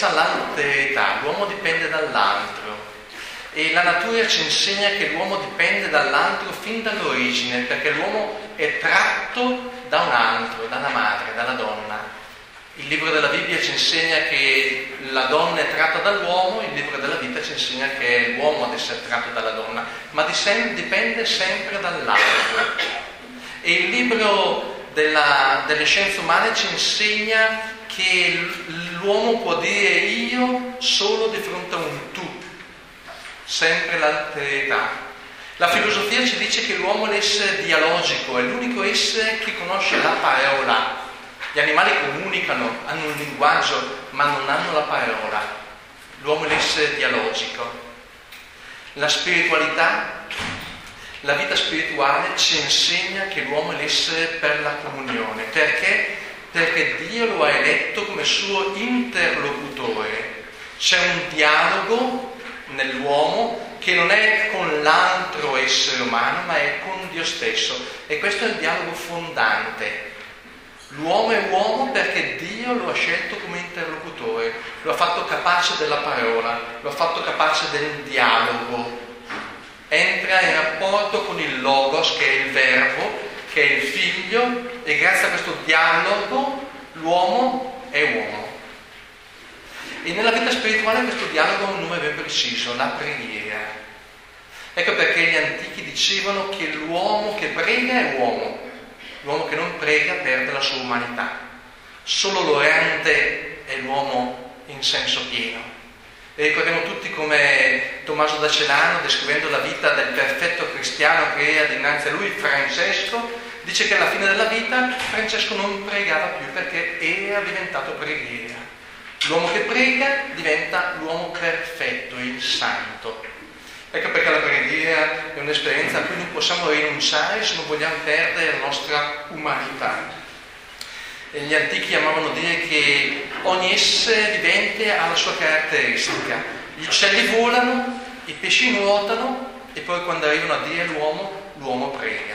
senza l'alterità, l'uomo dipende dall'altro. E la natura ci insegna che l'uomo dipende dall'altro fin dall'origine, perché l'uomo è tratto da un altro, dalla madre, dalla donna. Il libro della Bibbia ci insegna che la donna è tratta dall'uomo, il libro della vita ci insegna che è l'uomo ad essere tratto dalla donna, ma dipende sempre dall'altro. E il libro delle scienze umane ci insegna che l'uomo può dire io solo di fronte a un tu, sempre l'alterità. La filosofia ci dice che l'uomo è l'essere dialogico, è l'unico essere che conosce la parola. Gli animali comunicano, hanno un linguaggio, ma non hanno la parola. L'uomo è l'essere dialogico. La spiritualità, la vita spirituale ci insegna che l'uomo è l'essere per la comunione. Perché? Perché Dio lo ha eletto come suo interlocutore. C'è un dialogo nell'uomo che non è con l'altro essere umano, ma è con Dio stesso. E questo è il dialogo fondante. L'uomo è uomo perché Dio lo ha scelto come interlocutore, lo ha fatto capace della parola, lo ha fatto capace del dialogo. Entra in rapporto con il Logos, che è il Verbo, che è il Figlio, e grazie a questo dialogo l'uomo è uomo. E nella vita spirituale questo dialogo ha un nome ben preciso, la preghiera. Ecco perché gli antichi dicevano che l'uomo che prega è uomo. L'uomo che non prega perde la sua umanità. Solo l'orante è l'uomo in senso pieno. E ricordiamo tutti come Tommaso da Celano, descrivendo la vita del perfetto cristiano che era dinanzi a lui, Francesco, dice che alla fine della vita Francesco non pregava più perché era diventato preghiera. L'uomo che prega diventa l'uomo perfetto, il santo. Ecco perché la preghiera è un'esperienza a cui non possiamo rinunciare se non vogliamo perdere la nostra umanità. E gli antichi amavano dire che ogni essere vivente ha la sua caratteristica. Gli uccelli volano, i pesci nuotano e poi quando arrivano a Dio l'uomo prega.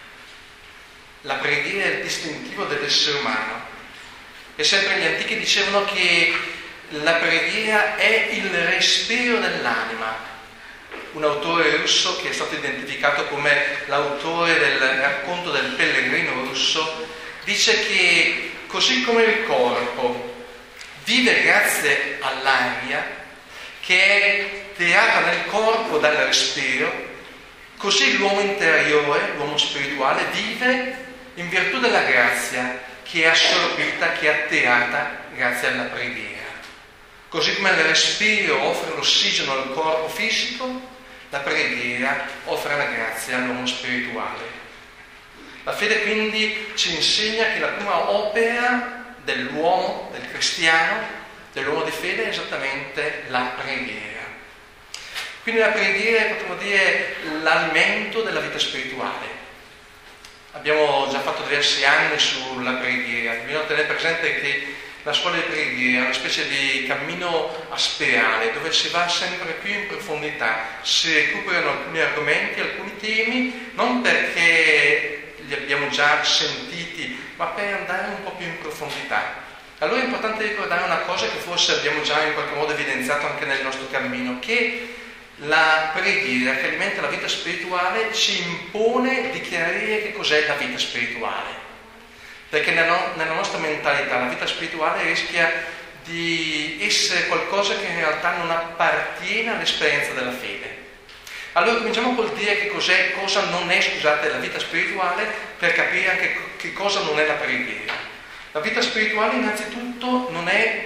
La preghiera è il distintivo dell'essere umano. E sempre gli antichi dicevano che la preghiera è il respiro dell'anima. Un autore russo che è stato identificato come l'autore del racconto del pellegrino russo dice che così come il corpo vive grazie all'aria che è tirata nel corpo dal respiro, così l'uomo interiore, l'uomo spirituale, vive in virtù della grazia che è assorbita, che è attirata grazie alla preghiera. Così come il respiro offre l'ossigeno al corpo fisico, la preghiera offre la grazia all'uomo spirituale. La fede quindi ci insegna che la prima opera dell'uomo, del cristiano, dell'uomo di fede è esattamente la preghiera. Quindi la preghiera è, potremmo dire, l'alimento della vita spirituale. Abbiamo già fatto diversi anni sulla preghiera. Bisogna tenere presente che la scuola di preghiera è una specie di cammino a spirale dove si va sempre più in profondità, si recuperano alcuni argomenti, alcuni temi, non perché li abbiamo già sentiti, ma per andare un po' più in profondità. Allora è importante ricordare una cosa che forse abbiamo già in qualche modo evidenziato anche nel nostro cammino, che la preghiera che alimenta la vita spirituale ci impone di chiarire che cos'è la vita spirituale. Perché nella nostra mentalità la vita spirituale rischia di essere qualcosa che in realtà non appartiene all'esperienza della fede. Allora cominciamo col dire che cosa non è, la vita spirituale, per capire anche che cosa non è la preghiera. La vita spirituale innanzitutto non è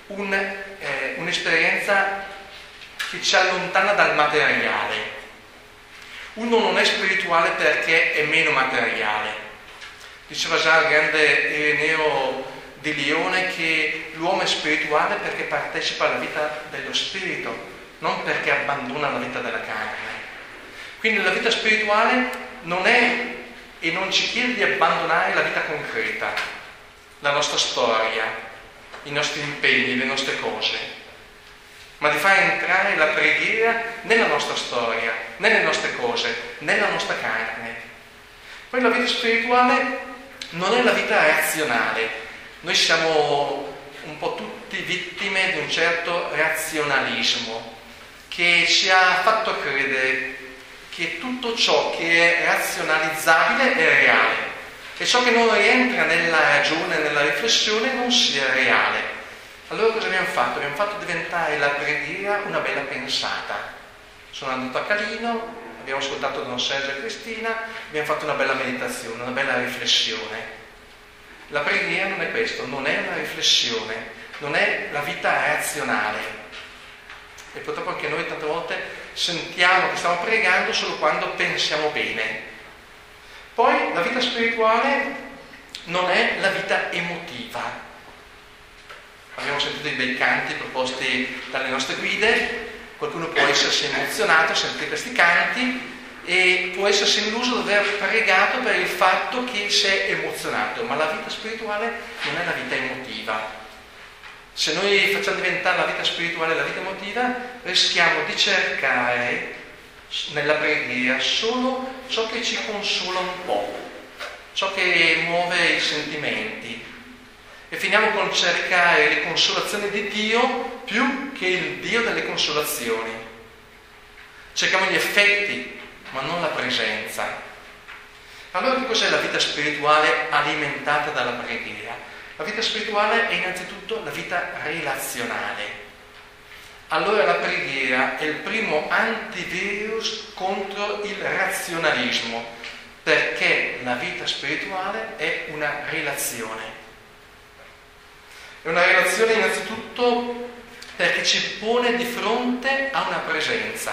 un'esperienza che ci allontana dal materiale. Uno non è spirituale perché è meno materiale. Diceva già il grande Ireneo di Lione che l'uomo è spirituale perché partecipa alla vita dello spirito, non perché abbandona la vita della carne. Quindi la vita spirituale non è e non ci chiede di abbandonare la vita concreta, la nostra storia, i nostri impegni, le nostre cose, ma di far entrare la preghiera nella nostra storia, nelle nostre cose, nella nostra carne. Poi la vita spirituale non è la vita razionale. Noi siamo un po' tutti vittime di un certo razionalismo che ci ha fatto credere che tutto ciò che è razionalizzabile è reale e ciò che non rientra nella ragione, nella riflessione, non sia reale. Allora cosa abbiamo fatto? Abbiamo fatto diventare la preghiera una bella pensata. Sono andato a Calino, abbiamo ascoltato Don Sergio e Cristina, abbiamo fatto una bella meditazione, una bella riflessione. La preghiera non è questo, non è una riflessione, non è la vita razionale. E purtroppo anche noi tante volte sentiamo che stiamo pregando solo quando pensiamo bene. Poi la vita spirituale non è la vita emotiva. Abbiamo sentito dei bei canti proposti dalle nostre guide, qualcuno può essersi emozionato a sentire questi canti e può essersi illuso di aver pregato per il fatto che si è emozionato, ma la vita spirituale non è la vita emotiva. Se noi facciamo diventare la vita spirituale la vita emotiva, rischiamo di cercare nella preghiera solo ciò che ci consola un po', ciò che muove i sentimenti, e finiamo con cercare le consolazioni di Dio più che il Dio delle consolazioni. Cerchiamo gli effetti, ma non la presenza. Allora che cos'è la vita spirituale alimentata dalla preghiera? La vita spirituale è innanzitutto la vita relazionale. Allora la preghiera è il primo antivirus contro il razionalismo, perché la vita spirituale è una relazione. È una relazione innanzitutto perché ci pone di fronte a una presenza.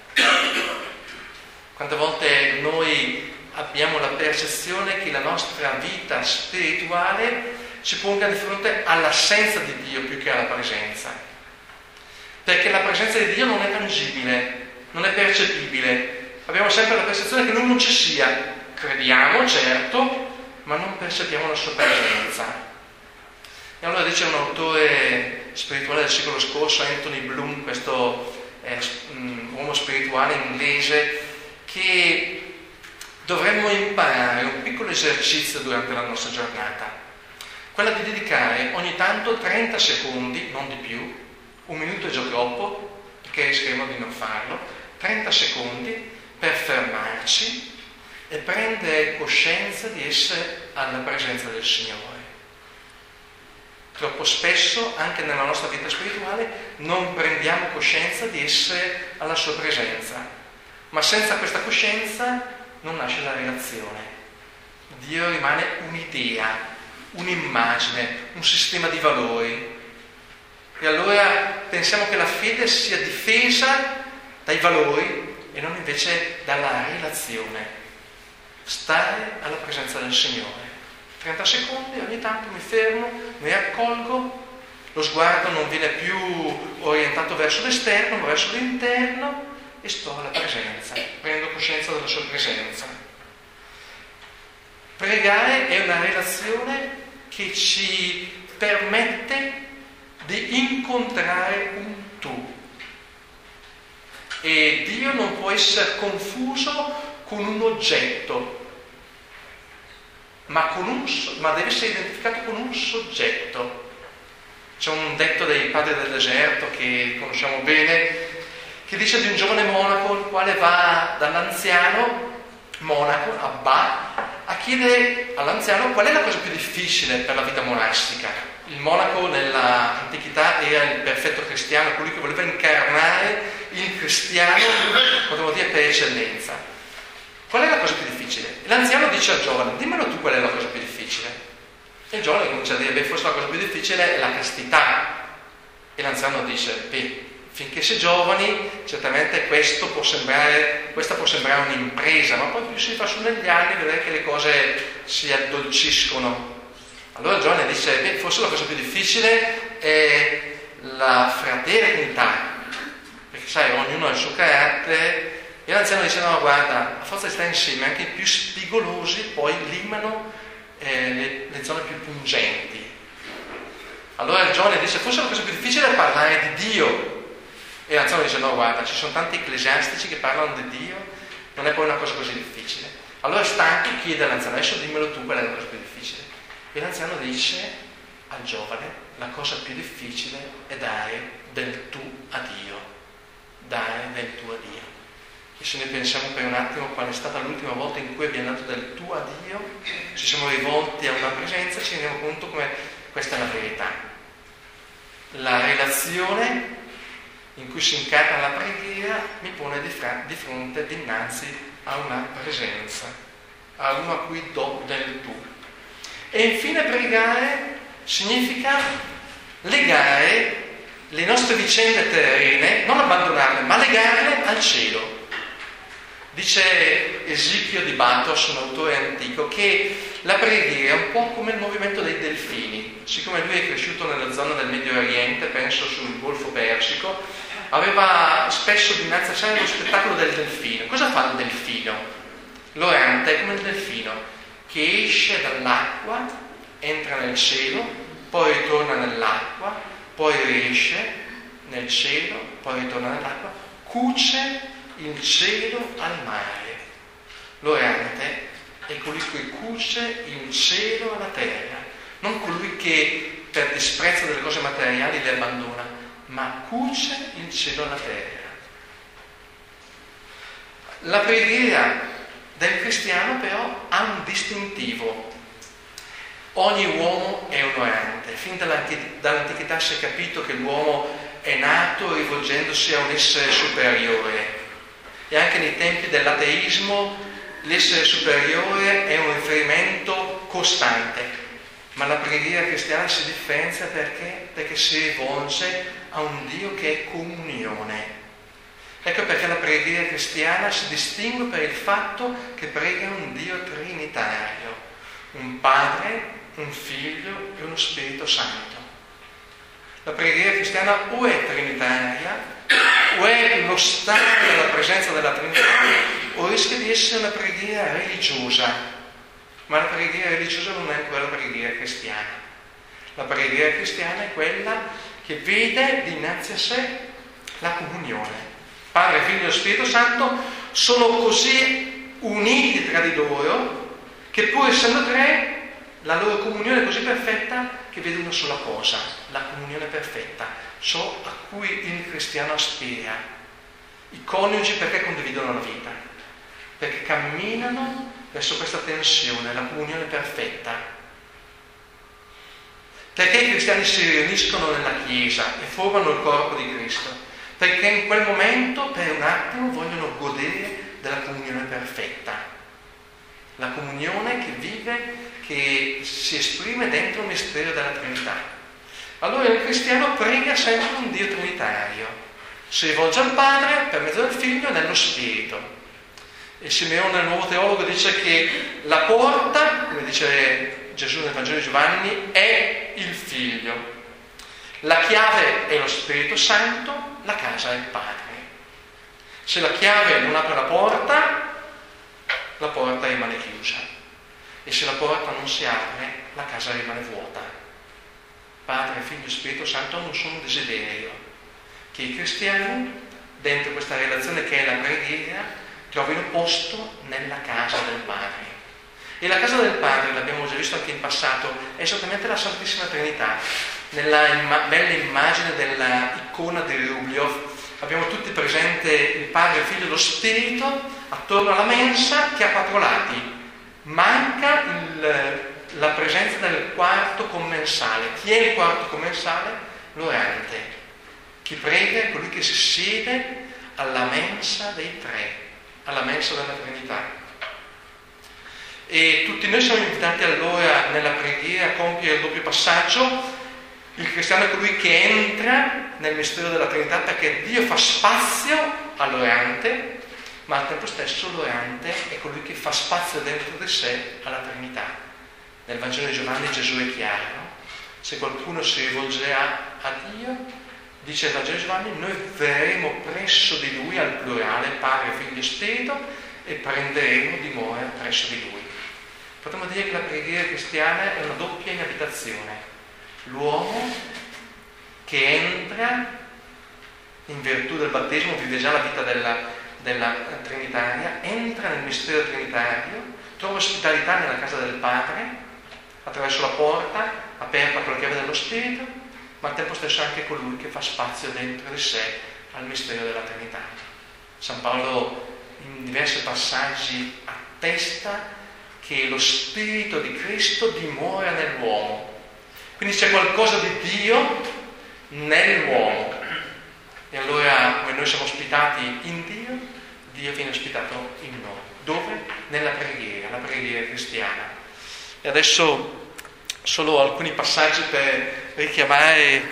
Quante volte noi abbiamo la percezione che la nostra vita spirituale ci ponga di fronte all'assenza di Dio più che alla presenza, perché la presenza di Dio non è tangibile, non è percepibile, abbiamo sempre la percezione che Lui non ci sia, crediamo certo, ma non percepiamo la sua presenza. E allora dice un autore spirituale del secolo scorso, Anthony Bloom, questo uomo spirituale inglese, che dovremmo imparare un piccolo esercizio durante la nostra giornata, quella di dedicare ogni tanto 30 secondi, non di più, un minuto è già troppo, perché rischieremo di non farlo, 30 secondi per fermarci e prendere coscienza di essere alla presenza del Signore. Troppo spesso, anche nella nostra vita spirituale, non prendiamo coscienza di essere alla sua presenza, ma senza questa coscienza non nasce la relazione. Dio rimane un'idea, un'immagine, un sistema di valori. E allora pensiamo che la fede sia difesa dai valori e non invece dalla relazione. Stare alla presenza del Signore. 30 secondi, ogni tanto mi fermo, mi raccolgo, lo sguardo non viene più orientato verso l'esterno, ma verso l'interno e sto alla presenza, prendo coscienza della sua presenza. Pregare è una relazione che ci permette di incontrare un tu. E Dio non può essere confuso con un oggetto, ma deve essere identificato con un soggetto. C'è un detto dei padri del deserto che conosciamo bene, che dice di un giovane monaco il quale va dall'anziano monaco, Abbà, a chiedere all'anziano qual è la cosa più difficile per la vita monastica. Il monaco nell'antichità era il perfetto cristiano, colui che voleva incarnare il cristiano, potremmo dire per eccellenza. Qual è la cosa più difficile? E l'anziano dice al giovane, dimmelo tu qual è la cosa più difficile. E il giovane comincia a dire, forse la cosa più difficile è la castità. E l'anziano dice, finché si è giovani, certamente questa può sembrare un'impresa, ma poi più si fa su negli anni, vedrai che le cose si addolciscono. Allora il giovane dice, forse la cosa più difficile è la fraternità, perché sai, ognuno ha il suo carattere. E l'anziano dice, no, guarda, a forza di stare insieme, anche i più spigolosi poi limano le zone più pungenti. Allora il giovane dice, forse la cosa più difficile è parlare di Dio. E l'anziano dice, no, guarda, ci sono tanti ecclesiastici che parlano di Dio, non è poi una cosa così difficile. Allora stanco chiede all'anziano, adesso dimmelo tu qual è la cosa più difficile. E l'anziano dice al giovane, la cosa più difficile è dare del tu a Dio. Dare del tu a Dio. E se noi pensiamo per un attimo qual è stata l'ultima volta in cui abbiamo dato del tu a Dio, ci siamo rivolti a una presenza, ci rendiamo conto come questa è la verità. La relazione in cui si incarna la preghiera mi pone di fronte, dinanzi a una presenza, a uno a cui do del tu. E infine pregare significa legare le nostre vicende terrene, non abbandonarle, ma legarle al cielo. Dice Eschilo di Bathos, un autore antico, che la preghiera è un po' come il movimento dei delfini. Siccome lui è cresciuto nella zona del Medio Oriente, penso sul Golfo Persico, aveva spesso dinanzi a sé lo spettacolo del delfino. Cosa fa il delfino? L'orante è come il delfino, che esce dall'acqua, entra nel cielo, poi ritorna nell'acqua, poi riesce nel cielo, poi ritorna nell'acqua, cuce il cielo al mare. L'orante è colui che cuce il cielo alla terra, non colui che per disprezzo delle cose materiali le abbandona, ma cuce il cielo alla terra. La preghiera del cristiano però ha un distintivo. Ogni uomo è un orante. Fin dall'antichità si è capito che l'uomo è nato rivolgendosi a un essere superiore. E anche nei tempi dell'ateismo l'essere superiore è un riferimento costante. Ma la preghiera cristiana si differenzia perché si rivolge a un Dio che è comunione. Ecco perché la preghiera cristiana si distingue per il fatto che prega un Dio trinitario, un Padre, un Figlio e uno Spirito Santo. La preghiera cristiana o è trinitaria, o è lo stare della presenza della Trinità, o rischia di essere una preghiera religiosa. Ma la preghiera religiosa non è ancora la preghiera cristiana. La preghiera cristiana è quella che vede dinanzi a sé la comunione. Padre, Figlio e Spirito Santo sono così uniti tra di loro che pur essendo tre, la loro comunione è così perfetta che vede una sola cosa, la comunione perfetta, ciò a cui il cristiano aspira. I coniugi perché condividono la vita? Perché camminano verso questa tensione, la comunione perfetta. Perché i cristiani si riuniscono nella Chiesa e formano il corpo di Cristo? Perché in quel momento, per un attimo, vogliono godere della comunione perfetta. La comunione che vive, che si esprime dentro il mistero della Trinità. Allora il cristiano prega sempre un Dio trinitario. Si rivolge al Padre per mezzo del Figlio e dello Spirito. E Simeone, il nuovo teologo, dice che la porta, come dice Gesù nel Vangelo di Giovanni, è il Figlio. La chiave è lo Spirito Santo, la casa è il Padre. Se la chiave non apre la porta rimane chiusa. E se la porta non si apre, la casa rimane vuota. Padre, Figlio e Spirito Santo hanno un solo desiderio: che i cristiani, dentro questa relazione che è la preghiera, trovino posto nella casa del Padre. E la casa del Padre, l'abbiamo già visto anche in passato, è esattamente la Santissima Trinità. Nella bella immagine della icona di Rubliov abbiamo tutti presente il Padre, il Figlio e lo Spirito attorno alla mensa che ha 4 lati. Manca la presenza del quarto commensale. Chi è il quarto commensale? L'orante. Chi prega è colui che si siede alla mensa dei tre, alla mensa della Trinità. E tutti noi siamo invitati allora nella preghiera a compiere il doppio passaggio. Il cristiano è colui che entra nel mistero della Trinità perché Dio fa spazio all'orante, ma al tempo stesso l'orante è colui che fa spazio dentro di sé alla Trinità. Nel Vangelo di Giovanni Gesù è chiaro, no? Se qualcuno si rivolgerà a Dio, dice il Vangelo di Giovanni, noi verremo presso di Lui, al plurale, Padre, Figlio e Spirito, e prenderemo dimora presso di Lui. Potremmo dire che la preghiera cristiana è una doppia inabitazione. L'uomo che entra in virtù del battesimo, vive già la vita della Trinitaria, entra nel mistero trinitario, trova ospitalità nella casa del Padre, attraverso la porta aperta con la chiave dello Spirito, ma al tempo stesso anche colui che fa spazio dentro di sé al mistero della Trinità. San Paolo in diversi passaggi attesta che lo Spirito di Cristo dimora nell'uomo. Quindi c'è qualcosa di Dio nell'uomo. E allora, come noi siamo ospitati in Dio, Dio viene ospitato in noi. Dove? Nella preghiera, la preghiera cristiana. E adesso solo alcuni passaggi per richiamare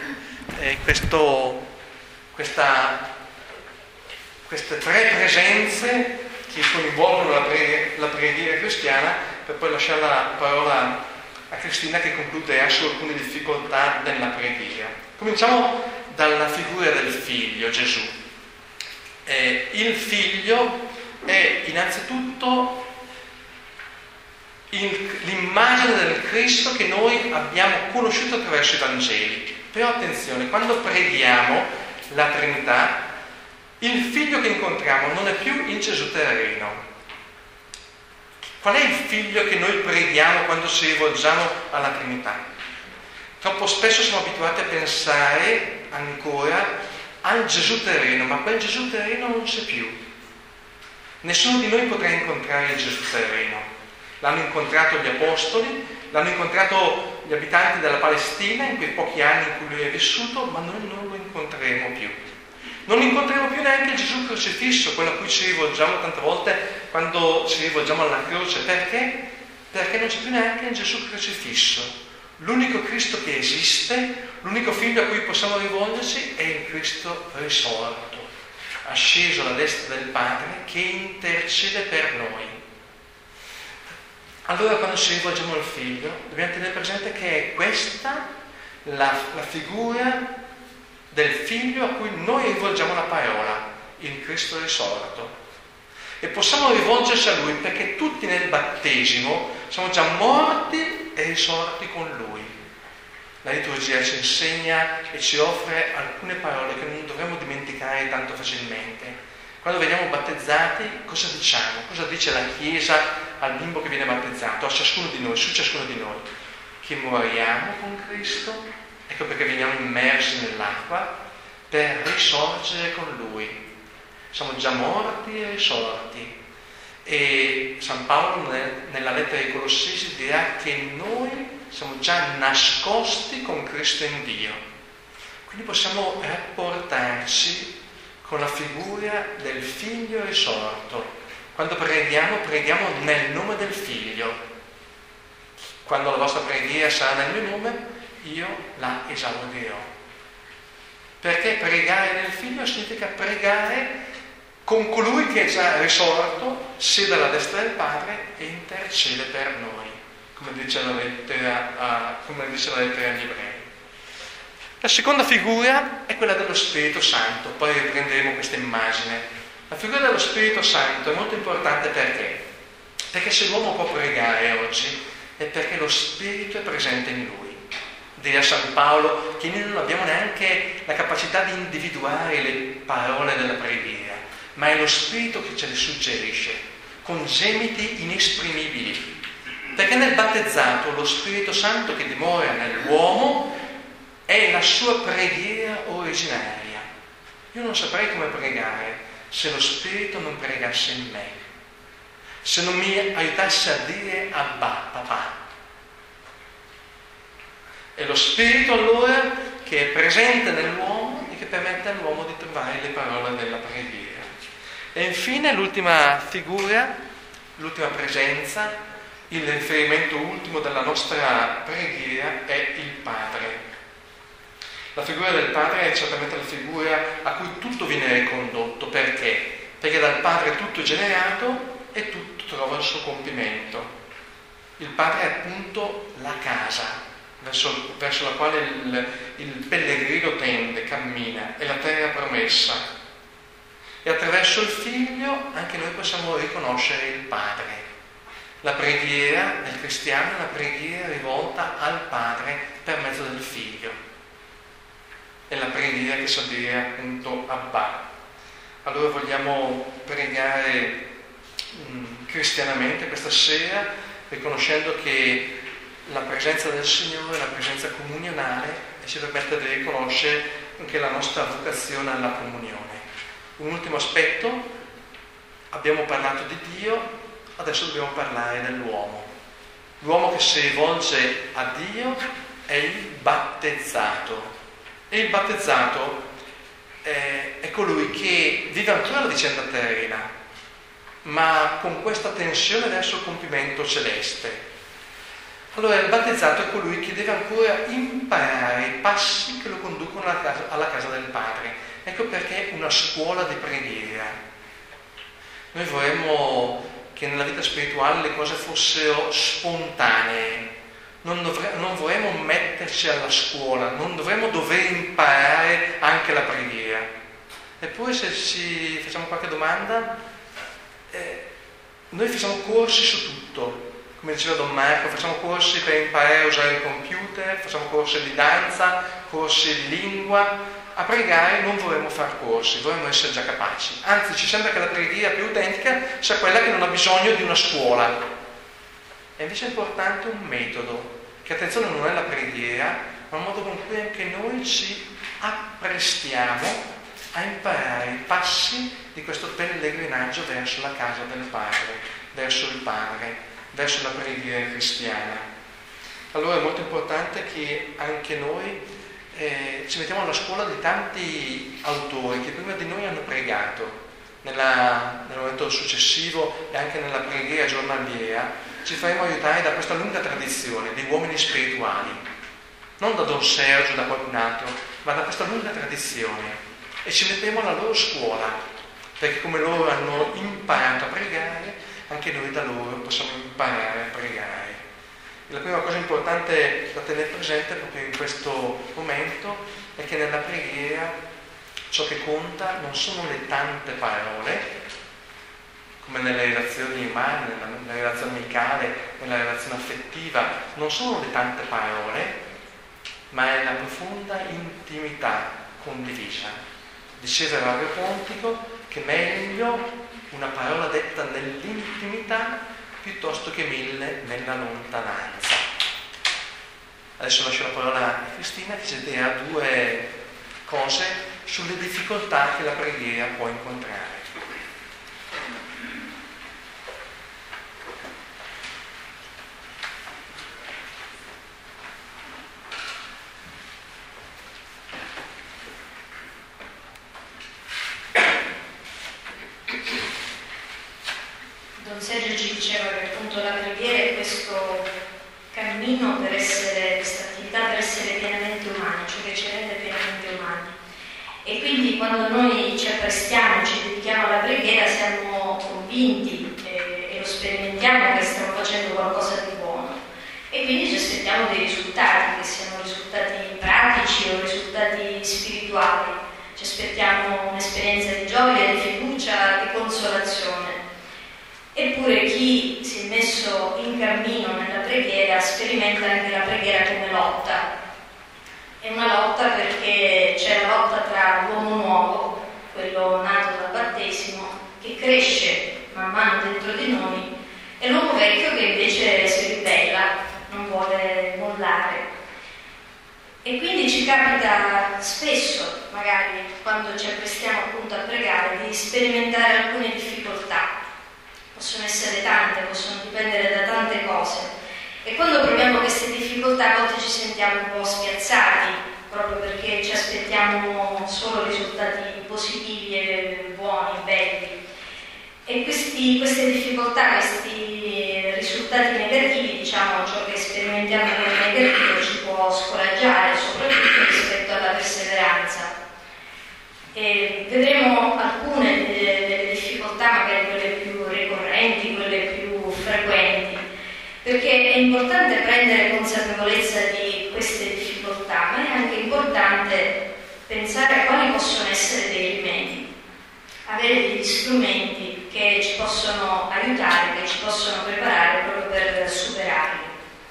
queste tre presenze che coinvolgono la preghiera cristiana, per poi lasciare la parola a Cristina che concluderà su alcune difficoltà della preghiera. Cominciamo dalla figura del Figlio, Gesù. Il Figlio è innanzitutto l'immagine del Cristo che noi abbiamo conosciuto attraverso i Vangeli. Però attenzione, quando preghiamo la Trinità, il Figlio che incontriamo non è più il Gesù terreno. Qual è il Figlio che noi preghiamo quando ci rivolgiamo alla Trinità? Troppo spesso siamo abituati a pensare ancora al Gesù terreno, ma quel Gesù terreno non c'è più. Nessuno di noi potrà incontrare il Gesù terreno. L'hanno incontrato gli Apostoli, l'hanno incontrato gli abitanti della Palestina in quei pochi anni in cui lui è vissuto, ma noi non lo incontreremo più. Non incontreremo più neanche Gesù crocifisso, quello a cui ci rivolgiamo tante volte quando ci rivolgiamo alla croce. Perché? Perché non c'è più neanche il Gesù crocifisso. L'unico Cristo che esiste, l'unico Figlio a cui possiamo rivolgerci è il Cristo risorto, asceso alla destra del Padre, che intercede per noi. Allora quando ci rivolgiamo al Figlio dobbiamo tenere presente che è questa la figura del Figlio a cui noi rivolgiamo la parola, il Cristo risorto. E possiamo rivolgerci a Lui perché tutti nel battesimo siamo già morti e risorti con Lui. La liturgia ci insegna e ci offre alcune parole che non dovremmo dimenticare tanto facilmente. Quando veniamo battezzati, cosa diciamo? Cosa dice la Chiesa al bimbo che viene battezzato, a ciascuno di noi, su ciascuno di noi? Che moriamo con Cristo, ecco perché veniamo immersi nell'acqua, per risorgere con Lui. Siamo già morti e risorti. E San Paolo nella lettera ai Colossesi dirà che noi siamo già nascosti con Cristo in Dio. Quindi possiamo rapportarci con la figura del Figlio risorto. Quando preghiamo nel nome del Figlio. Quando la vostra preghiera sarà nel mio nome, io la esaudirò. Perché pregare nel Figlio significa pregare con colui che è già risorto, siede alla destra del Padre e intercede per noi, come dice la lettera agli Ebrei. La seconda figura è quella dello Spirito Santo, poi riprenderemo questa immagine. La figura dello Spirito Santo è molto importante perché? Perché se l'uomo può pregare oggi è perché lo Spirito è presente in lui. Dirà San Paolo che noi non abbiamo neanche la capacità di individuare le parole della preghiera, ma è lo Spirito che ce le suggerisce, con gemiti inesprimibili. Perché nel battezzato lo Spirito Santo che dimora nell'uomo è la sua preghiera originaria. Io non saprei come pregare se lo Spirito non pregasse in me, se non mi aiutasse a dire Abba, papà. È lo Spirito allora che è presente nell'uomo e che permette all'uomo di trovare le parole della preghiera. E infine l'ultima figura, l'ultima presenza, il riferimento ultimo della nostra preghiera è il Padre. La figura del Padre è certamente la figura a cui tutto viene ricondotto. Perché? Perché dal Padre tutto è generato e tutto trova il suo compimento. Il Padre è appunto la casa verso la quale il pellegrino tende, cammina, è la terra promessa. E attraverso il Figlio anche noi possiamo riconoscere il Padre. La preghiera del cristiano è una preghiera rivolta al Padre per mezzo del Figlio. È la preghiera che sa dire appunto Abba. Allora vogliamo pregare cristianamente questa sera, riconoscendo che la presenza del Signore, la presenza comunionale, e ci permette di riconoscere anche la nostra vocazione alla comunione. Un ultimo aspetto: abbiamo parlato di Dio, adesso dobbiamo parlare dell'uomo. L'uomo che si rivolge a Dio è il battezzato, e il battezzato è colui che vive ancora la vicenda terrena, ma con questa tensione verso il compimento celeste. Allora il battezzato è colui che deve ancora imparare i passi che lo conducono alla casa del Padre. Ecco perché una scuola di preghiera. Noi vorremmo che nella vita spirituale le cose fossero spontanee, non vorremmo metterci alla scuola, non dovremmo dover imparare anche la preghiera. Eppure se ci facciamo qualche domanda, noi facciamo corsi su tutto. Come diceva Don Marco, facciamo corsi per imparare a usare il computer, facciamo corsi di danza, corsi di lingua. A pregare non vorremmo fare corsi, vorremmo essere già capaci. Anzi, ci sembra che la preghiera più autentica sia quella che non ha bisogno di una scuola. E invece è importante un metodo, che attenzione non è la preghiera, ma un modo con cui anche noi ci apprestiamo a imparare i passi di questo pellegrinaggio verso la casa del Padre, verso il Padre, verso la preghiera cristiana. Allora è molto importante che anche noi ci mettiamo alla scuola di tanti autori che prima di noi hanno pregato. Nel momento successivo e anche nella preghiera giornaliera ci faremo aiutare da questa lunga tradizione di uomini spirituali, non da Don Sergio, da qualcun altro, ma da questa lunga tradizione, e ci mettiamo alla loro scuola, perché come loro hanno imparato a pregare, anche noi da loro possiamo imparare a pregare. La prima cosa importante da tenere presente proprio in questo momento è che nella preghiera ciò che conta non sono le tante parole, come nelle relazioni umane, nella relazione amicale, nella relazione affettiva, non sono le tante parole, ma è la profonda intimità condivisa. Diceva Erario Pontico che meglio una parola detta nell'intimità piuttosto che 1000 nella lontananza. Adesso lascio la parola a Cristina che ci dirà 2 cose sulle difficoltà che la preghiera può incontrare. Don Sergio ci diceva che appunto la preghiera è questo cammino per essere, questa attività per essere pienamente umani, cioè che ci rende pienamente umani. E quindi quando noi ci apprestiamo, ci dedichiamo alla preghiera, siamo convinti e lo sperimentiamo che stiamo facendo qualcosa di buono. E quindi ci aspettiamo dei risultati, che siano risultati pratici o risultati spirituali. Ci aspettiamo un'esperienza di gioia, di fiducia, di consolazione. Eppure chi si è messo in cammino nella preghiera sperimenta anche la preghiera come lotta. È una lotta perché c'è la lotta tra l'uomo nuovo, quello nato dal battesimo, che cresce man mano dentro di noi, e l'uomo vecchio che invece si ribella, non vuole mollare. E quindi ci capita spesso, magari quando ci apprestiamo appunto a pregare, di sperimentare alcune difficoltà. Possono essere tante, possono dipendere da tante cose, e quando proviamo queste difficoltà a volte ci sentiamo un po' spiazzati, proprio perché ci aspettiamo solo risultati positivi e buoni, belli, e queste difficoltà, questi risultati negativi, diciamo ciò che sperimentiamo come negativo, ci può scoraggiare, soprattutto rispetto alla perseveranza. E vedremo alcune delle difficoltà, magari quelle più ricorrenti, quelle più frequenti, perché è importante prendere consapevolezza di queste difficoltà, ma è anche importante pensare a quali possono essere dei rimedi, avere degli strumenti che ci possono aiutare, che ci possono preparare proprio per superarli.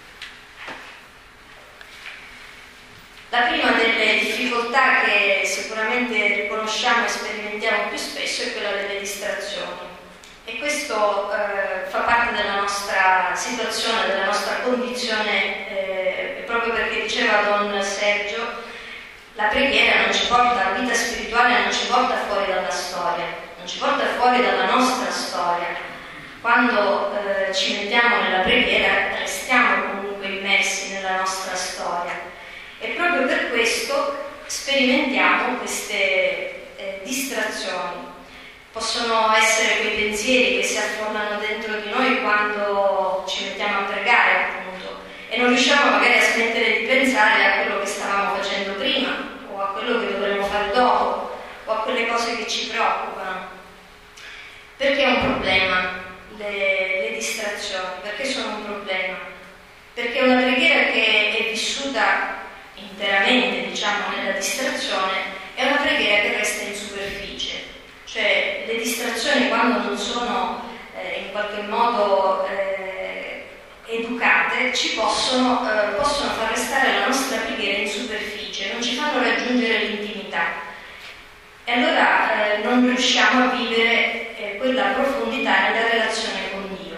La prima delle difficoltà che sicuramente riconosciamo e sperimentiamo più spesso è quella delle distrazioni. E e questo fa parte della nostra situazione, della nostra condizione, proprio perché diceva Don Sergio, la preghiera non ci porta, la vita spirituale non ci porta fuori dalla storia, non ci porta fuori dalla nostra storia. Quando ci mettiamo nella preghiera restiamo comunque immersi nella nostra storia e proprio per questo sperimentiamo queste distrazioni. Possono essere quei pensieri che si affollano dentro di noi quando ci mettiamo a pregare, appunto, e non riusciamo magari a smettere di pensare a quello che stavamo facendo prima o a quello che dovremmo fare dopo o a quelle cose che ci preoccupano. Perché è un problema le distrazioni? Perché sono un problema? Perché una preghiera che è vissuta interamente, diciamo, nella distrazione è una preghiera che resta in superficie. Cioè le distrazioni, quando non sono in qualche modo educate, ci possono far restare la nostra preghiera in superficie, non ci fanno raggiungere l'intimità e allora non riusciamo a vivere quella profondità nella relazione con Dio.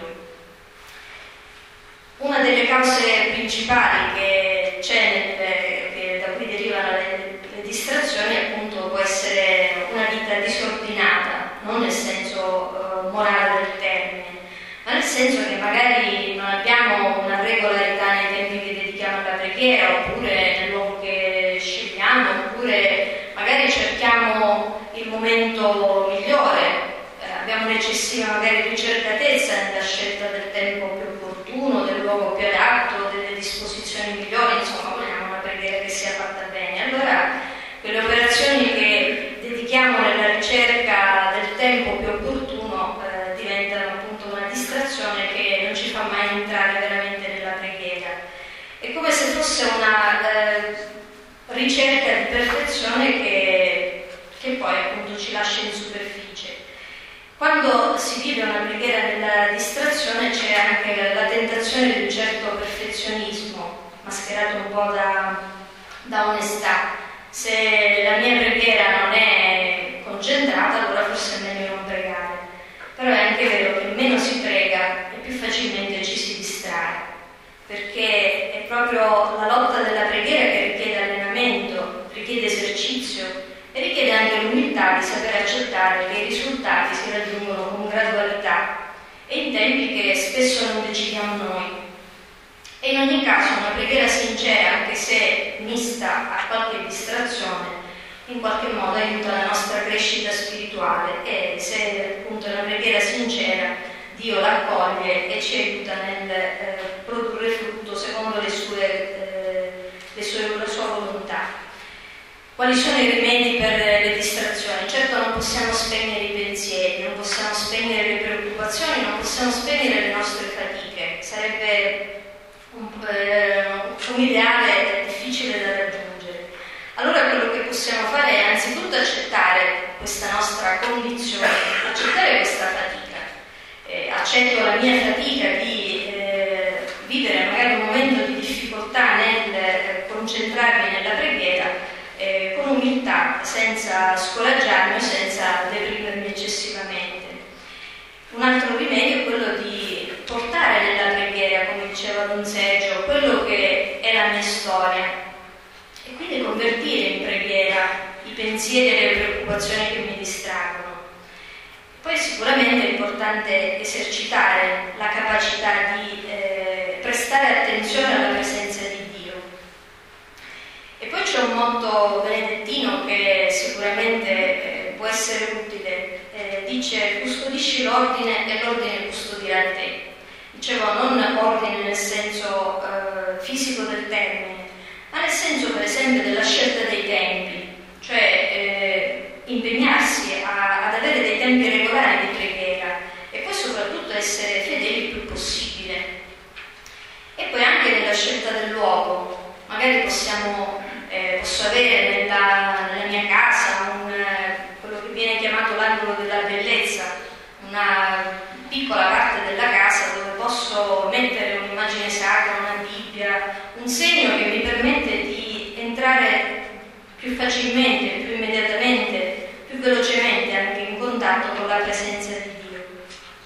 Una delle cause principali che c'è che da cui derivano le distrazioni, appunto, può essere una vita disordinata, non nel senso morale del termine, ma nel senso che magari non abbiamo una regolarità nei tempi che dedichiamo alla preghiera, oppure nel luogo che scegliamo, oppure magari cerchiamo il momento migliore, abbiamo un'eccessiva magari ricercatezza nella scelta del tempo più opportuno, del luogo più adatto, delle disposizioni migliori, insomma vogliamo una preghiera che sia fatta bene. Allora quelle operazioni che dedichiamo nella ricerca del tempo più opportuno diventano appunto una distrazione che non ci fa mai entrare veramente nella preghiera. È come se fosse una ricerca di perfezione che poi appunto ci lascia in superficie. Quando si vive una preghiera nella distrazione c'è anche la tentazione di un certo perfezionismo, mascherato un po' da onestà. Se la mia preghiera non è concentrata, allora forse è meglio non pregare. Però è anche vero che meno si prega e più facilmente ci si distrae, perché è proprio la lotta della preghiera che richiede allenamento, richiede esercizio e richiede anche l'umiltà di saper accettare che i risultati si raggiungono con gradualità e in tempi che spesso non decidiamo noi. E in ogni caso una preghiera sincera, anche se mista a qualche distrazione, in qualche modo aiuta la nostra crescita spirituale e se appunto è una preghiera sincera Dio l'accoglie e ci aiuta nel produrre frutto secondo la sua volontà. Quali sono i rimedi per le distrazioni? Certo non possiamo spegnere i pensieri, non possiamo spegnere le preoccupazioni, non possiamo spegnere le nostre fatiche, sarebbe un ideale difficile da raggiungere. Allora quello che possiamo fare è anzitutto accettare questa nostra condizione, accettare questa fatica. Accetto la mia fatica di vivere magari un momento di difficoltà nel concentrarmi nella preghiera con umiltà, senza scoraggiarmi o senza deprimermi eccessivamente. Un altro rimedio è quello di portare nella preghiera, come diceva Don Sergio, quello che è la mia storia e quindi convertire in preghiera i pensieri e le preoccupazioni che mi distraggono. Poi sicuramente è importante esercitare la capacità di prestare attenzione alla presenza di Dio. E poi c'è un motto benedettino che sicuramente può essere utile, dice: custodisci l'ordine e l'ordine custodirà te. Dicevo, non ordine nel senso fisico del termine, ma nel senso per esempio della scelta dei tempi, cioè impegnarsi ad avere dei tempi regolari di preghiera e poi soprattutto essere fedeli il più possibile. E poi anche nella scelta del luogo, magari posso avere nella mia casa quello che viene chiamato l'angolo della bellezza, una piccola parte della casa dove posso mettere un'immagine sacra, una Bibbia, un segno che mi permette di entrare più facilmente, più immediatamente, più velocemente anche in contatto con la presenza di Dio.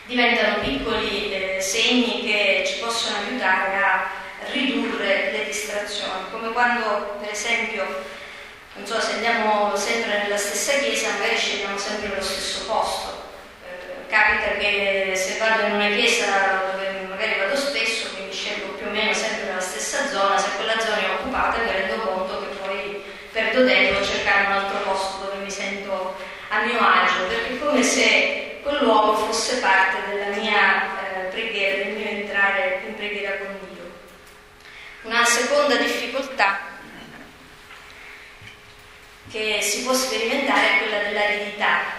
diventano piccoli segni che ci possono aiutare a ridurre le distrazioni, come quando, per esempio, non so, se andiamo sempre nella stessa chiesa, magari scegliamo sempre lo stesso posto. Capita che se vado in una chiesa dove magari vado spesso, quindi scelgo più o meno sempre nella stessa zona, se quella zona è occupata mi rendo conto che poi perdo tempo a cercare un altro posto dove mi sento a mio agio, perché è come se quel luogo fosse parte della mia preghiera, del mio entrare in preghiera con Dio. Una seconda difficoltà che si può sperimentare è quella dell'aridità.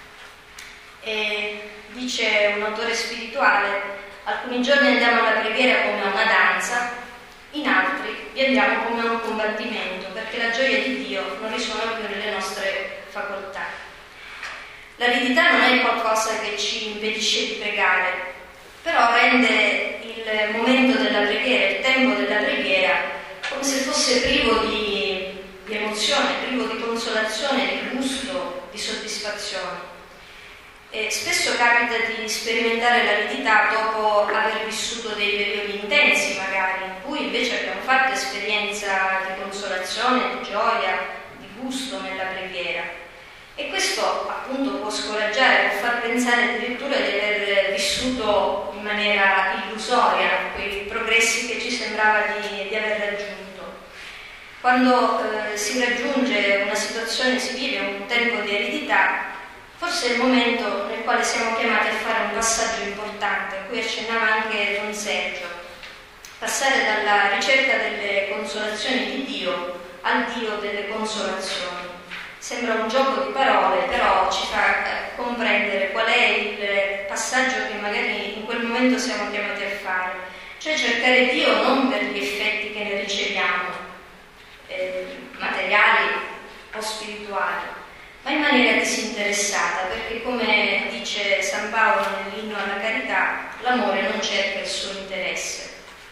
E dice un autore spirituale: alcuni giorni andiamo alla preghiera come a una danza, in altri vi andiamo come a un combattimento, perché la gioia di Dio non risuona più nelle nostre facoltà. L'aridità non è qualcosa che ci impedisce di pregare, però rende il momento della preghiera, il tempo della preghiera, come se fosse privo di emozione, privo di consolazione, di gusto, di soddisfazione. E spesso capita di sperimentare l'aridità dopo aver vissuto dei periodi intensi, magari, in cui invece abbiamo fatto esperienza di consolazione, di gioia, di gusto nella preghiera. E questo appunto può scoraggiare, può far pensare addirittura di aver vissuto in maniera illusoria quei progressi che ci sembrava di aver raggiunto. Quando si raggiunge una situazione, si vive un tempo di aridità, forse è il momento nel quale siamo chiamati a fare un passaggio importante, a cui accennava anche Don Sergio: passare dalla ricerca delle consolazioni di Dio al Dio delle consolazioni. Sembra un gioco di parole, però ci fa comprendere qual è il passaggio che magari in quel momento siamo chiamati a fare, cioè cercare Dio non per gli effetti che ne riceviamo, materiali o spirituali, ma in maniera disinteressata, perché come dice San Paolo nell'inno alla carità, l'amore non cerca il suo interesse.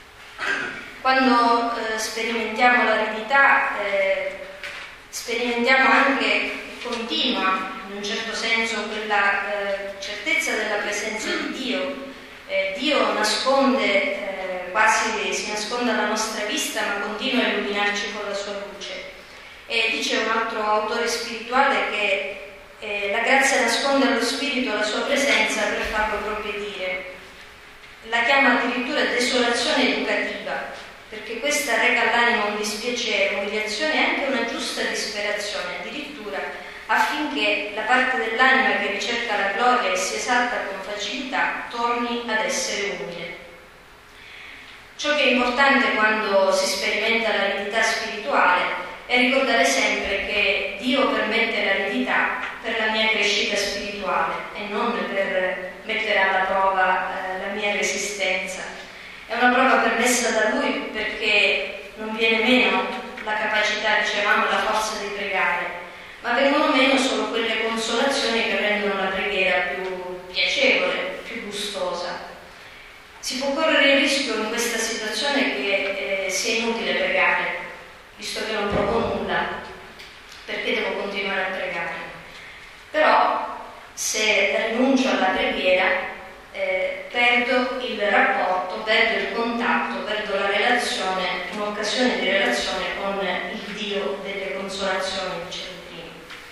Quando sperimentiamo l'aridità, sperimentiamo anche, continua in un certo senso, quella certezza della presenza di Dio. Dio nasconde, quasi si nasconde alla nostra vista, ma continua a illuminarci con la sua luce. E dice un altro autore spirituale che la grazia nasconde allo spirito la sua presenza per farlo progredire. La chiama addirittura desolazione educativa, perché questa reca all'anima un dispiacere, umiliazione e anche una giusta disperazione, addirittura affinché la parte dell'anima che ricerca la gloria e si esalta con facilità torni ad essere umile. Ciò che è importante quando si sperimenta l'aridità spirituale è ricordare sempre che Dio permette l'aridità per la mia crescita spirituale e non per mettere alla prova la mia resistenza. È una prova permessa da Lui perché non viene meno la capacità, dicevamo, la forza di pregare, ma vengono meno solo quelle consolazioni che rendono la preghiera più piacevole, più gustosa. Si può correre il rischio in questa situazione che sia inutile pregare, visto che non provo nulla, perché devo continuare a pregare. Però se rinuncio alla preghiera perdo il rapporto, perdo il contatto, perdo la relazione, un'occasione di relazione con il Dio delle consolazioni, dicevo prima.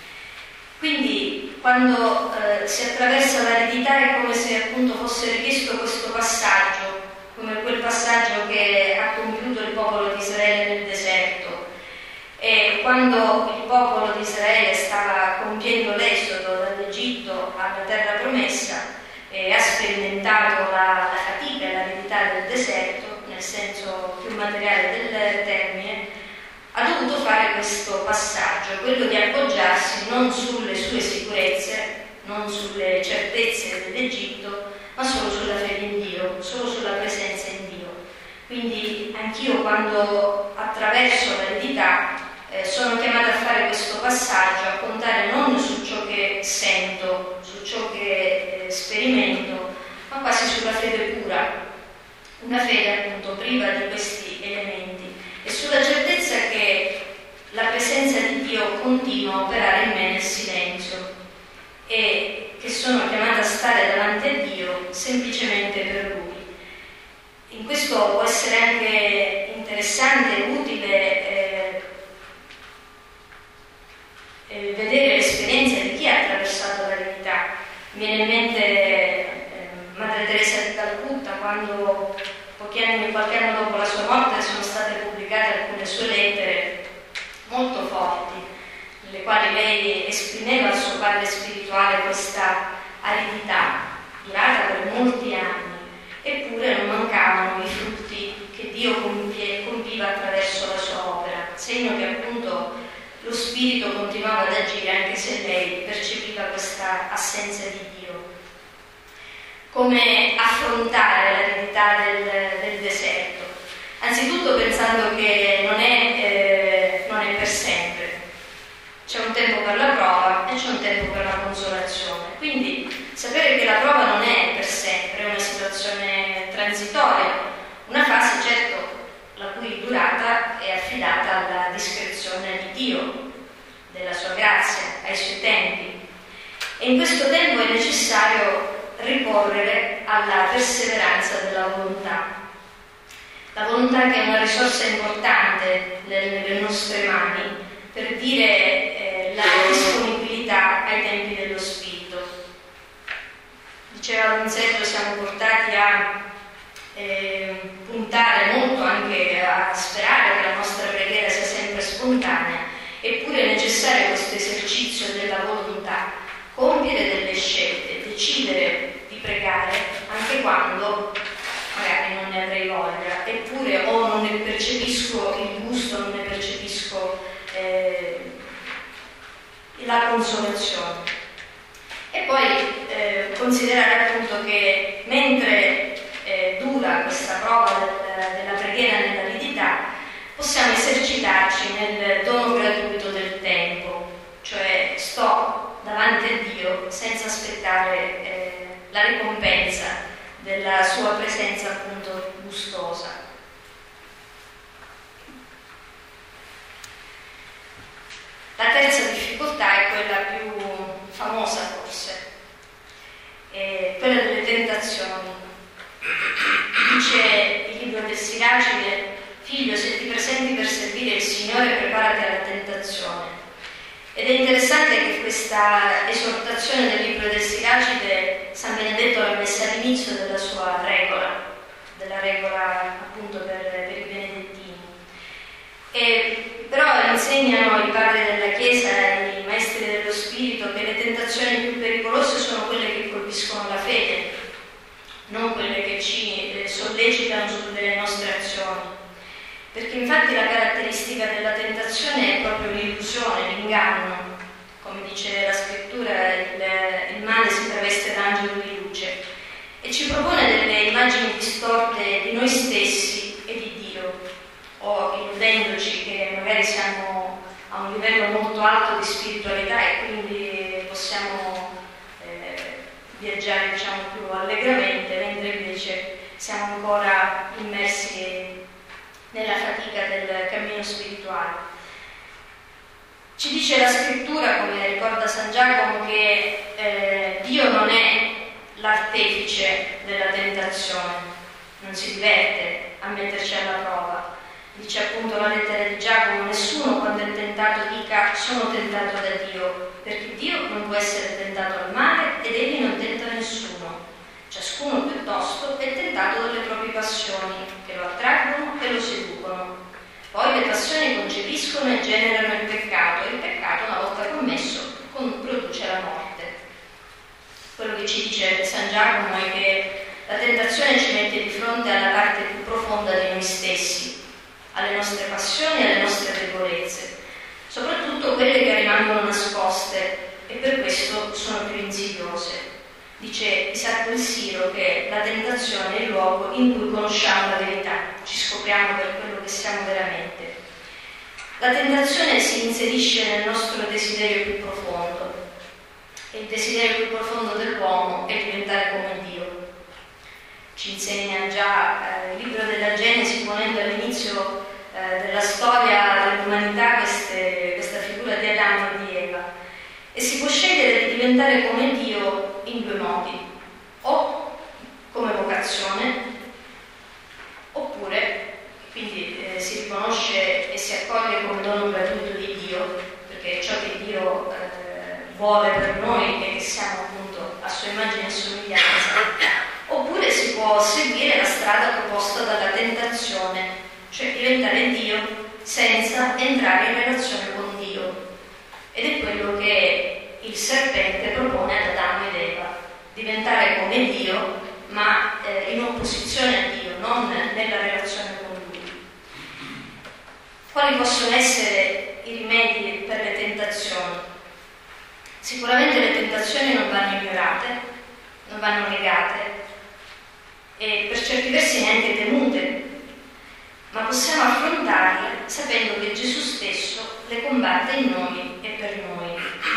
Quindi quando si attraversa l'aridità è come se appunto fosse richiesto questo passaggio, come quel passaggio che ha compiuto il popolo di Israele nel deserto. E quando il popolo di Israele stava compiendo l'esodo dall'Egitto alla terra promessa e ha sperimentato la fatica e l'aridità del deserto, nel senso più materiale del termine, ha dovuto fare questo passaggio, quello di appoggiarsi non sulle sue sicurezze, non sulle certezze dell'Egitto, ma solo sulla fede in Dio, solo sulla presenza in Dio. Quindi anch'io, quando attraverso l'aridità, sono chiamata a fare questo passaggio, a contare non su ciò che sento, su ciò che sperimento, ma quasi sulla fede pura, una fede appunto priva di questi elementi, e sulla certezza che la presenza di Dio continua a operare in me nel silenzio e che sono chiamate a stare davanti a Dio semplicemente per Lui. In questo può essere anche interessante e utile vedere l'esperienza di chi ha attraversato l'aridità. Mi viene in mente Madre Teresa di Calcutta, quando qualche anno dopo la sua morte sono state pubblicate alcune sue lettere molto forti, nelle quali lei esprimeva al suo padre spirituale questa aridità durata per molti anni, eppure non mancavano i frutti che Dio compiva attraverso la sua opera, segno che appunto lo spirito continuava ad agire anche se lei percepiva questa assenza di Dio. Come affrontare l'aridità del deserto? Anzitutto pensando che non è per sempre. C'è un tempo per la prova e c'è un tempo per la consolazione. Quindi sapere che la prova non è per sempre, è una situazione transitoria, una fase certo la cui durata è affidata alla discrezione di Dio, della sua grazia, ai suoi tempi. E in questo tempo è necessario ricorrere alla perseveranza della volontà. La volontà che è una risorsa importante nelle nostre mani per dire la disponibilità ai tempi dello Spirito. Diceva Don Sergio, siamo portati a puntare molto anche a sperare che la nostra preghiera sia sempre spontanea, eppure è necessario questo esercizio della volontà, compiere delle scelte, decidere di pregare anche quando magari non ne avrei voglia, eppure o non ne percepisco il gusto, non ne percepisco la consolazione. E poi considerare appunto che mentre dura questa prova della preghiera nell'aridità, possiamo esercitarci nel dono gratuito del tempo, cioè sto davanti a Dio senza aspettare la ricompensa della sua presenza appunto gustosa. La terza difficoltà è quella più famosa forse, è quella delle tentazioni. Dice il libro del Siracide: figlio, se ti presenti per servire il Signore, preparati alla tentazione. Ed è interessante che questa esortazione del libro del Siracide San Benedetto l'ha messa all'inizio della sua regola, della regola appunto per i benedettini. Però insegnano i padri della Chiesa e i maestri dello Spirito che le tentazioni più pericolose sono quelle che colpiscono la fede, non quelle che ci sollecitano sulle nostre azioni. Perché infatti la caratteristica della tentazione è proprio l'illusione, l'inganno. Come dice la scrittura, il male si traveste d'angelo di luce e ci propone delle immagini distorte di noi stessi e di Dio, o illudendoci che magari siamo a un livello molto alto di spiritualità e quindi possiamo viaggiare diciamo più allegramente, mentre invece siamo ancora immersi nella fatica del cammino spirituale. Ci dice la scrittura, come ricorda San Giacomo, che Dio non è l'artefice della tentazione, non si diverte a metterci alla prova. Dice appunto la lettera di Giacomo: nessuno quando è tentato dica sono tentato da Dio, perché Dio non può essere tentato al male ed egli non tenta nessuno. Ciascuno piuttosto è tentato dalle proprie passioni, che lo attraggono e lo seducono. Poi le passioni concepiscono e generano il peccato, e il peccato, una volta commesso, produce la morte. Quello che ci dice San Giacomo è che la tentazione ci mette di fronte alla parte più profonda di noi stessi, alle nostre passioni e alle nostre debolezze, soprattutto quelle che rimangono nascoste e per questo sono più insidiose. Dice Isacco il Siro che la tentazione è il luogo in cui conosciamo la verità, ci scopriamo per quello che siamo veramente. La tentazione si inserisce nel nostro desiderio più profondo e il desiderio più profondo dell'uomo è diventare come Dio. Ci insegna già il libro della Genesi, ponendo all'inizio della storia dell'umanità questa figura di Adamo e di Eva. E si può scegliere di diventare come Dio in due modi: o come vocazione, oppure quindi si riconosce e si accoglie come dono gratuito di Dio, perché è ciò che Dio vuole per noi e che siamo appunto a sua immagine e somiglianza, oppure si può seguire la strada proposta dalla tentazione, cioè diventare Dio senza entrare in relazione con Dio. Ed è quello che il serpente propone ad Adamo ed Eva: diventare come Dio, ma in opposizione a Dio, non nella relazione con Lui. Quali possono essere i rimedi per le tentazioni? Sicuramente le tentazioni non vanno ignorate, non vanno negate e per certi versi neanche temute, ma possiamo affrontarle sapendo che Gesù stesso le combatte in noi e per noi.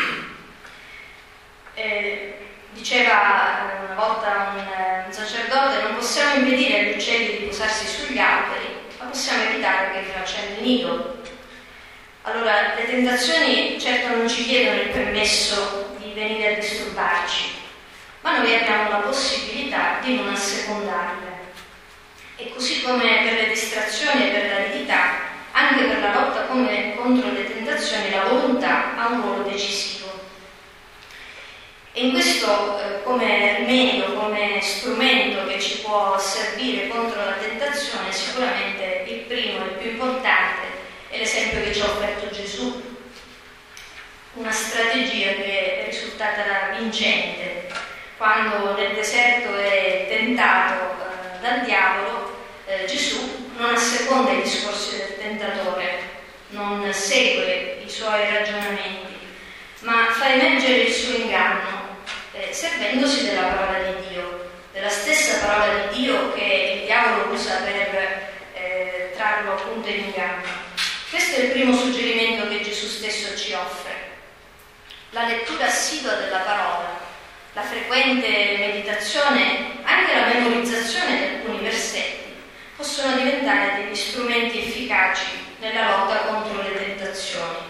Diceva una volta un sacerdote: non possiamo impedire agli uccelli di posarsi sugli alberi, ma possiamo evitare che vi facciano il nido. Allora, le tentazioni certo non ci chiedono il permesso di venire a disturbarci, ma noi abbiamo la possibilità di non assecondarle. E così come per le distrazioni e per l'aridità, anche per la lotta contro le tentazioni la volontà ha un ruolo decisivo. E in questo, come rimedio, come strumento che ci può servire contro la tentazione, sicuramente il primo e il più importante è l'esempio che ci ha offerto Gesù, una strategia che è risultata vincente. Quando nel deserto è tentato dal diavolo, Gesù non asseconda i discorsi del tentatore, non segue i suoi ragionamenti, ma fa emergere il suo inganno, servendosi della parola di Dio, della stessa parola di Dio che il diavolo usa per trarlo appunto in inganno. Questo è il primo suggerimento che Gesù stesso ci offre: la lettura assidua della parola, la frequente meditazione, anche la memorizzazione di alcuni versetti possono diventare degli strumenti efficaci nella lotta contro le tentazioni.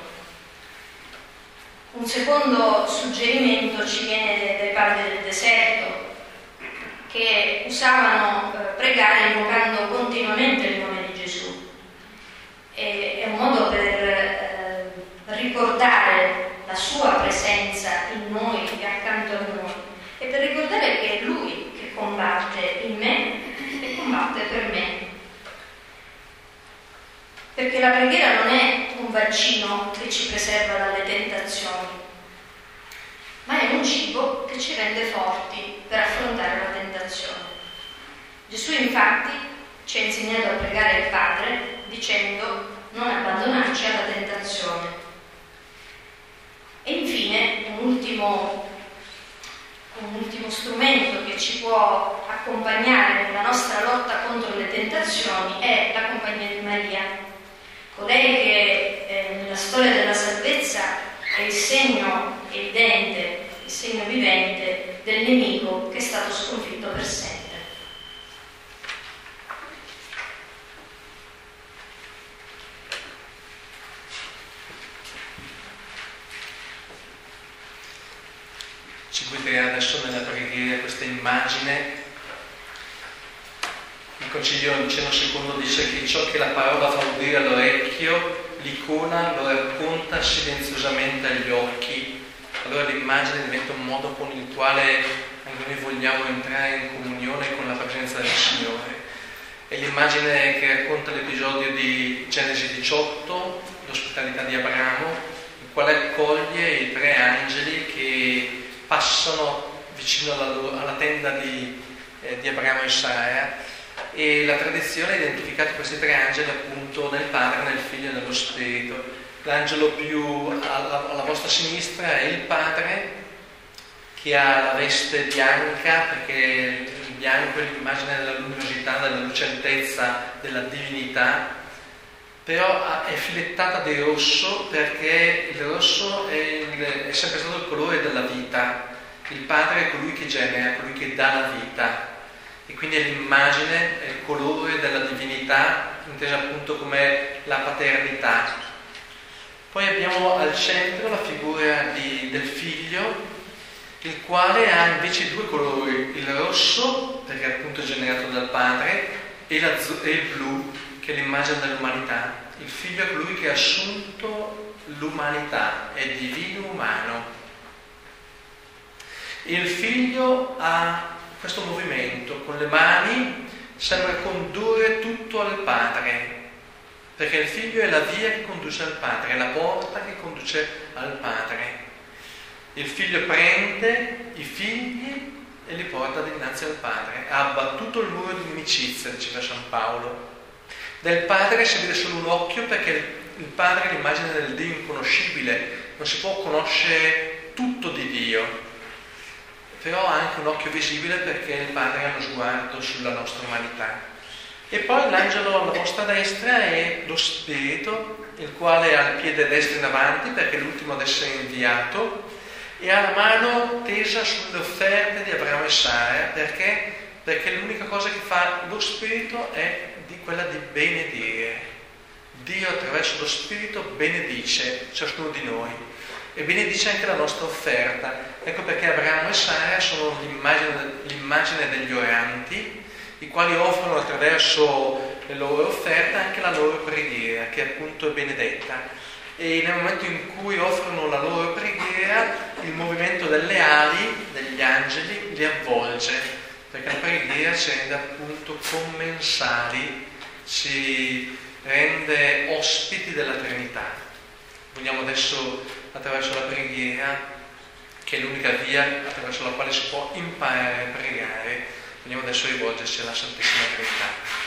Un secondo suggerimento ci viene dai padri del deserto, che usavano pregare invocando continuamente il nome di Gesù. È un modo per ricordare la sua presenza in noi e accanto a noi, e per ricordare che è Lui che combatte in me e combatte per me. Perché la preghiera non è un vaccino che ci preserva dalle tentazioni, ma è un cibo che ci rende forti per affrontare la tentazione. Gesù infatti ci ha insegnato a pregare il Padre dicendo: non abbandonarci alla tentazione. E infine un ultimo strumento che ci può accompagnare nella nostra lotta contro le tentazioni è la compagnia di Maria, colei che nella storia della salvezza è il segno evidente, il segno vivente del nemico che è stato sconfitto per sempre. Ci guiderà adesso nella preghiera questa immagine. Il Concilio Niceno II dice che ciò che la parola fa udire all'orecchio, l'icona lo racconta silenziosamente agli occhi. Allora l'immagine diventa un modo con il quale anche noi vogliamo entrare in comunione con la presenza del Signore. È l'immagine che racconta l'episodio di Genesi 18, l'ospitalità di Abramo, il quale accoglie i 3 angeli che passano vicino alla tenda di Abramo e Sara, e la tradizione ha identificato questi 3 angeli appunto nel Padre, nel Figlio e nello Spirito. L'angelo più alla vostra sinistra è il Padre, che ha la veste bianca, perché il bianco è l'immagine della luminosità, della lucentezza, della divinità, però è filettata di rosso perché il rosso è sempre stato il colore della vita. Il Padre è colui che genera, colui che dà la vita, e quindi è l'immagine, è il colore della divinità, intesa appunto come la paternità. Poi abbiamo al centro la figura del Figlio, il quale ha invece due colori, il rosso, perché appunto è generato dal Padre, e il blu, che è l'immagine dell'umanità. Il Figlio è colui che ha assunto l'umanità, è divino umano. Il Figlio ha questo movimento, con le mani sembra condurre tutto al Padre, perché il Figlio è la via che conduce al Padre, è la porta che conduce al Padre. Il Figlio prende i figli e li porta dinanzi al Padre. Ha abbattuto il muro di inimicizia, diceva San Paolo. Del Padre si vede solo un occhio, perché il Padre è l'immagine del Dio inconoscibile, non si può conoscere tutto di Dio, però ha anche un occhio visibile perché il Padre ha uno sguardo sulla nostra umanità. E poi l'angelo alla vostra destra è lo Spirito, il quale ha il piede destro in avanti perché è l'ultimo ad essere inviato, e ha la mano tesa sulle offerte di Abramo e Sara, perché l'unica cosa che fa lo Spirito è quella di benedire. Dio attraverso lo Spirito benedice ciascuno di noi e benedice anche la nostra offerta. Ecco perché Abramo e Sara sono l'immagine degli oranti, i quali offrono attraverso le loro offerte anche la loro preghiera, che appunto è benedetta. E nel momento in cui offrono la loro preghiera, il movimento delle ali, degli angeli, li avvolge, perché la preghiera ci rende appunto commensali, ci rende ospiti della Trinità. Vogliamo adesso, attraverso la preghiera, che è l'unica via attraverso la quale si può imparare a pregare, vogliamo adesso rivolgerci alla Santissima Trinità.